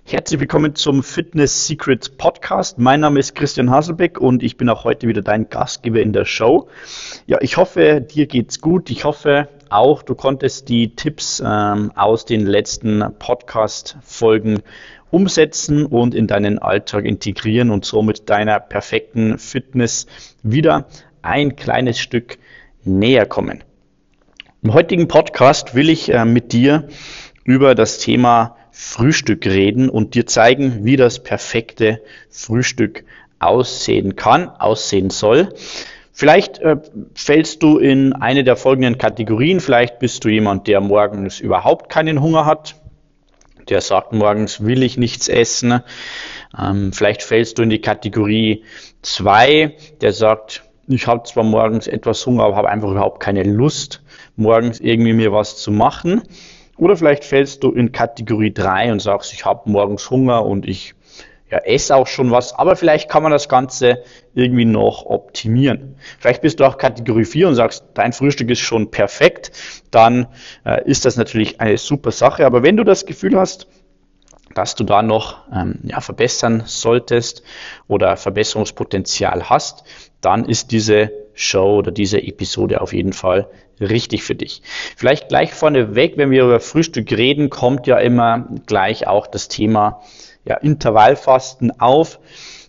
Herzlich willkommen zum Fitness Secrets Podcast. Mein Name ist Christian Hasselbeck und ich bin auch heute wieder dein Gastgeber in der Show. Ja, ich hoffe, dir geht's gut. Ich hoffe auch, du konntest die Tipps aus den letzten Podcast-Folgen umsetzen und in deinen Alltag integrieren und somit deiner perfekten Fitness wieder ein kleines Stück näher kommen. Im heutigen Podcast will ich mit dir über das Thema Frühstück reden und dir zeigen, wie das perfekte Frühstück aussehen kann, aussehen soll. Vielleicht fällst du in eine der folgenden Kategorien. Vielleicht bist du jemand, der morgens überhaupt keinen Hunger hat. Der sagt, morgens will ich nichts essen. Vielleicht fällst du in die Kategorie 2, der sagt, ich habe zwar morgens etwas Hunger, aber habe einfach überhaupt keine Lust, morgens irgendwie mir was zu machen. Oder vielleicht fällst du in Kategorie 3 und sagst, ich habe morgens Hunger und ich esse auch schon was, aber vielleicht kann man das Ganze irgendwie noch optimieren. Vielleicht bist du auch Kategorie 4 und sagst, dein Frühstück ist schon perfekt, dann ist das natürlich eine super Sache. Aber wenn du das Gefühl hast, dass du da noch verbessern solltest oder Verbesserungspotenzial hast, dann ist diese Show oder diese Episode auf jeden Fall richtig für dich. Vielleicht gleich vorneweg, wenn wir über Frühstück reden, kommt ja immer gleich auch das Thema Intervallfasten auf,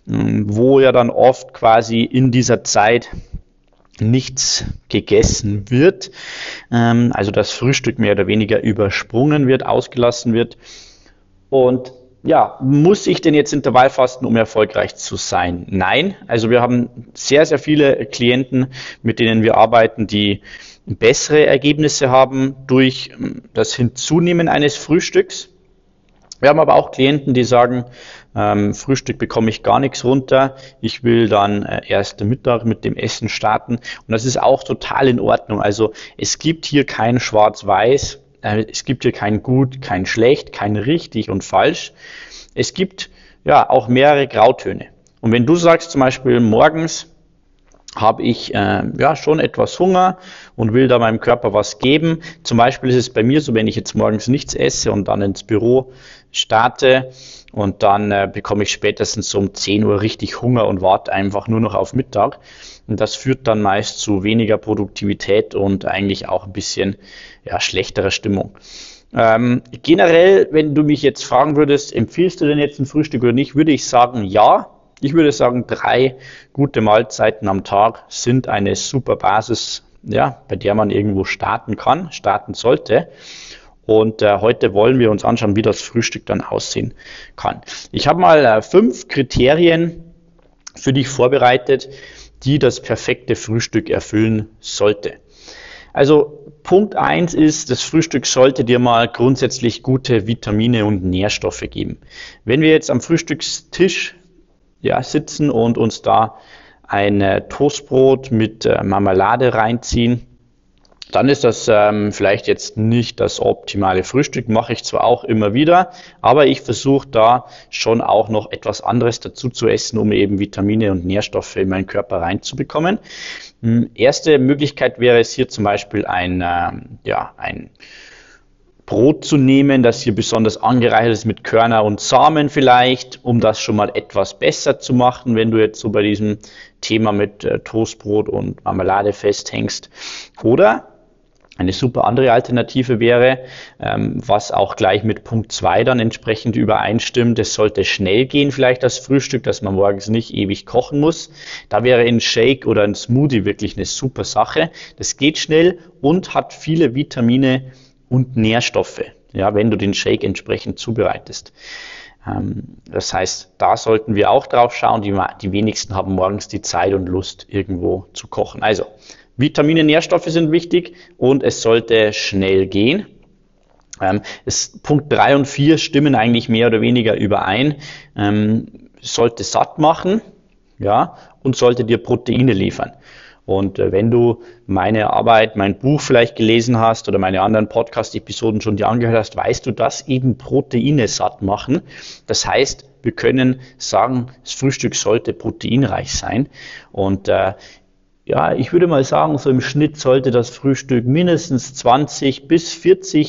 wo ja dann oft quasi in dieser Zeit nichts gegessen wird, also das Frühstück mehr oder weniger übersprungen wird, ausgelassen wird. Und muss ich denn jetzt Intervallfasten, um erfolgreich zu sein? Nein, also wir haben sehr, sehr viele Klienten, mit denen wir arbeiten, die bessere Ergebnisse haben durch das Hinzunehmen eines Frühstücks. Wir haben aber auch Klienten, die sagen, Frühstück bekomme ich gar nichts runter, ich will dann erst Mittag mit dem Essen starten und das ist auch total in Ordnung. Also es gibt hier kein Schwarz-Weiß. Es gibt hier kein Gut, kein Schlecht, kein Richtig und Falsch. Es gibt auch mehrere Grautöne. Und wenn du sagst zum Beispiel, morgens habe ich schon etwas Hunger und will da meinem Körper was geben. Zum Beispiel ist es bei mir so, wenn ich jetzt morgens nichts esse und dann ins Büro starte und dann bekomme ich spätestens um 10 Uhr richtig Hunger und warte einfach nur noch auf Mittag. Und das führt dann meist zu weniger Produktivität und eigentlich auch ein bisschen schlechterer Stimmung. Generell, wenn du mich jetzt fragen würdest, empfiehlst du denn jetzt ein Frühstück oder nicht, würde ich sagen, ja. Ich würde sagen, 3 gute Mahlzeiten am Tag sind eine super Basis, bei der man irgendwo starten sollte. Und heute wollen wir uns anschauen, wie das Frühstück dann aussehen kann. Ich habe mal 5 Kriterien für dich vorbereitet, die das perfekte Frühstück erfüllen sollte. Also Punkt 1 ist, das Frühstück sollte dir mal grundsätzlich gute Vitamine und Nährstoffe geben. Wenn wir jetzt am Frühstückstisch sitzen und uns da ein Toastbrot mit Marmelade reinziehen, dann ist das vielleicht jetzt nicht das optimale Frühstück, mache ich zwar auch immer wieder, aber ich versuche da schon auch noch etwas anderes dazu zu essen, um eben Vitamine und Nährstoffe in meinen Körper reinzubekommen. Erste Möglichkeit wäre es hier zum Beispiel ein Brot zu nehmen, das hier besonders angereichert ist mit Körner und Samen vielleicht, um das schon mal etwas besser zu machen, wenn du jetzt so bei diesem Thema mit Toastbrot und Marmelade festhängst. Oder eine super andere Alternative wäre, was auch gleich mit Punkt 2 dann entsprechend übereinstimmt, es sollte schnell gehen, vielleicht das Frühstück, dass man morgens nicht ewig kochen muss. Da wäre ein Shake oder ein Smoothie wirklich eine super Sache. Das geht schnell und hat viele Vitamine und Nährstoffe, wenn du den Shake entsprechend zubereitest. Das heißt, da sollten wir auch drauf schauen. Die wenigsten haben morgens die Zeit und Lust, irgendwo zu kochen. Also, Vitamine, Nährstoffe sind wichtig und es sollte schnell gehen. Punkt 3 und 4 stimmen eigentlich mehr oder weniger überein. Sollte satt machen, und sollte dir Proteine liefern. Und wenn du meine Arbeit, mein Buch vielleicht gelesen hast oder meine anderen Podcast-Episoden schon dir angehört hast, weißt du, dass eben Proteine satt machen. Das heißt, wir können sagen, das Frühstück sollte proteinreich sein. Und ich würde mal sagen, so im Schnitt sollte das Frühstück mindestens 20 bis 40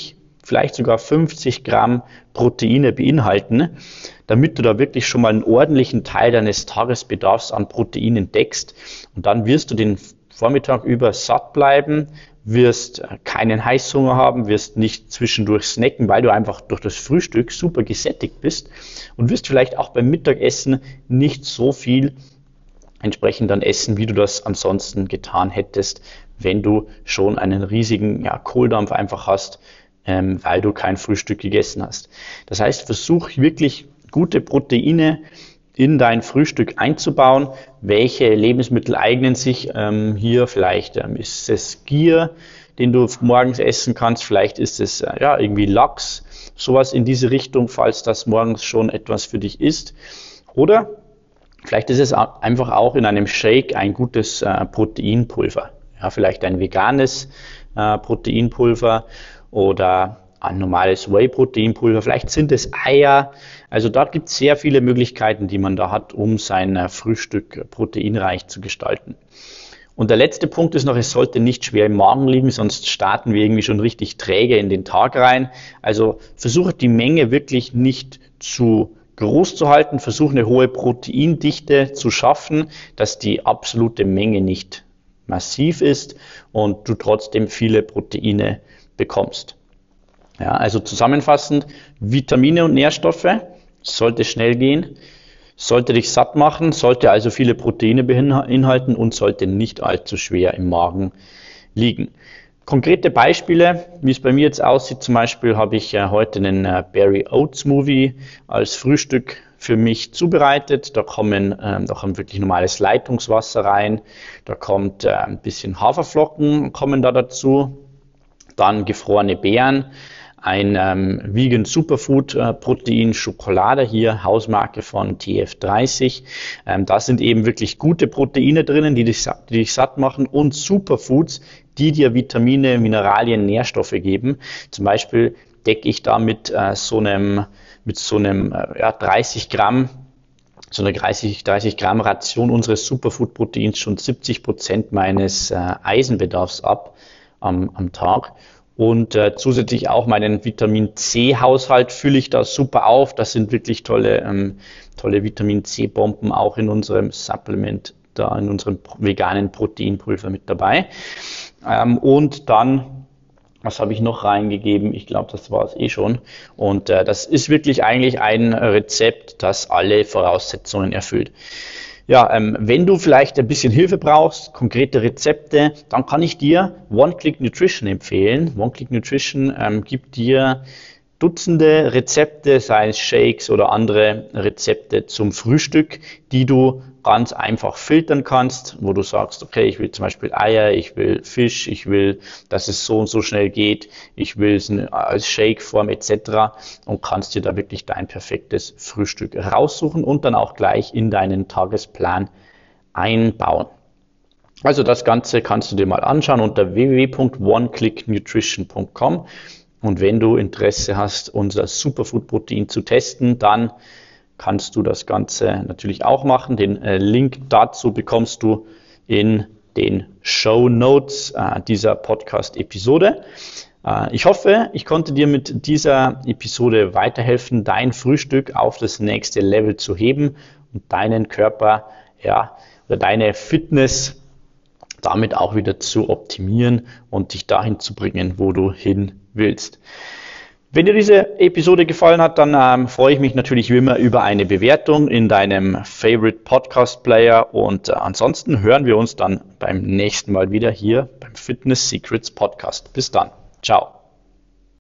vielleicht sogar 50 Gramm Proteine beinhalten, damit du da wirklich schon mal einen ordentlichen Teil deines Tagesbedarfs an Proteinen deckst. Und dann wirst du den Vormittag über satt bleiben, wirst keinen Heißhunger haben, wirst nicht zwischendurch snacken, weil du einfach durch das Frühstück super gesättigt bist und wirst vielleicht auch beim Mittagessen nicht so viel entsprechend dann essen, wie du das ansonsten getan hättest, wenn du schon einen riesigen Kohldampf einfach hast, weil du kein Frühstück gegessen hast. Das heißt, versuch wirklich gute Proteine in dein Frühstück einzubauen. Welche Lebensmittel eignen sich hier? Vielleicht ist es Gier, den du morgens essen kannst. Vielleicht ist es irgendwie Lachs, sowas in diese Richtung, falls das morgens schon etwas für dich ist. Oder vielleicht ist es einfach auch in einem Shake ein gutes Proteinpulver. Ja, vielleicht ein veganes Proteinpulver oder ein normales Whey-Proteinpulver. Vielleicht sind es Eier. Also da gibt es sehr viele Möglichkeiten, die man da hat, um sein Frühstück proteinreich zu gestalten. Und der letzte Punkt ist noch, es sollte nicht schwer im Magen liegen, sonst starten wir irgendwie schon richtig träge in den Tag rein. Also versuche die Menge wirklich nicht zu groß zu halten, versuche eine hohe Proteindichte zu schaffen, dass die absolute Menge nicht massiv ist und du trotzdem viele Proteine bekommst. Ja, also zusammenfassend, Vitamine und Nährstoffe, sollte schnell gehen, sollte dich satt machen, sollte also viele Proteine beinhalten und sollte nicht allzu schwer im Magen liegen. Konkrete Beispiele, wie es bei mir jetzt aussieht, zum Beispiel habe ich heute einen Berry Oat Smoothie als Frühstück für mich zubereitet. Da kommt wirklich normales Leitungswasser rein, da kommt ein bisschen Haferflocken kommen da dazu, dann gefrorene Beeren, ein Vegan Superfood Protein Schokolade, hier Hausmarke von TF30. Da sind eben wirklich gute Proteine drinnen, die dich satt machen, und Superfoods, die dir Vitamine, Mineralien, Nährstoffe geben. Zum Beispiel decke ich da mit so einem 30 Gramm Ration unseres Superfood-Proteins schon 70% meines Eisenbedarfs ab am Tag. Und zusätzlich auch meinen Vitamin-C-Haushalt fülle ich da super auf. Das sind wirklich tolle Vitamin-C-Bomben auch in unserem Supplement, da in unserem veganen Proteinpulver mit dabei. Und dann, was habe ich noch reingegeben? Ich glaube, das war es schon. Und das ist wirklich eigentlich ein Rezept, das alle Voraussetzungen erfüllt. Ja, wenn du vielleicht ein bisschen Hilfe brauchst, konkrete Rezepte, dann kann ich dir One-Click Nutrition empfehlen. One-Click Nutrition gibt dir Dutzende Rezepte, sei es Shakes oder andere Rezepte zum Frühstück, die du ganz einfach filtern kannst, wo du sagst, okay, ich will zum Beispiel Eier, ich will Fisch, ich will, dass es so und so schnell geht, ich will es als Shake-Form etc. und kannst dir da wirklich dein perfektes Frühstück raussuchen und dann auch gleich in deinen Tagesplan einbauen. Also das Ganze kannst du dir mal anschauen unter www.oneclicknutrition.com. Und wenn du Interesse hast, unser Superfood-Protein zu testen, dann kannst du das Ganze natürlich auch machen. Den Link dazu bekommst du in den Shownotes dieser Podcast-Episode. Ich hoffe, ich konnte dir mit dieser Episode weiterhelfen, dein Frühstück auf das nächste Level zu heben und deinen Körper, oder deine Fitness damit auch wieder zu optimieren und dich dahin zu bringen, wo du hin willst. Wenn dir diese Episode gefallen hat, dann freue ich mich natürlich wie immer über eine Bewertung in deinem Favorite Podcast Player, und ansonsten hören wir uns dann beim nächsten Mal wieder hier beim Fitness Secrets Podcast. Bis dann. Ciao.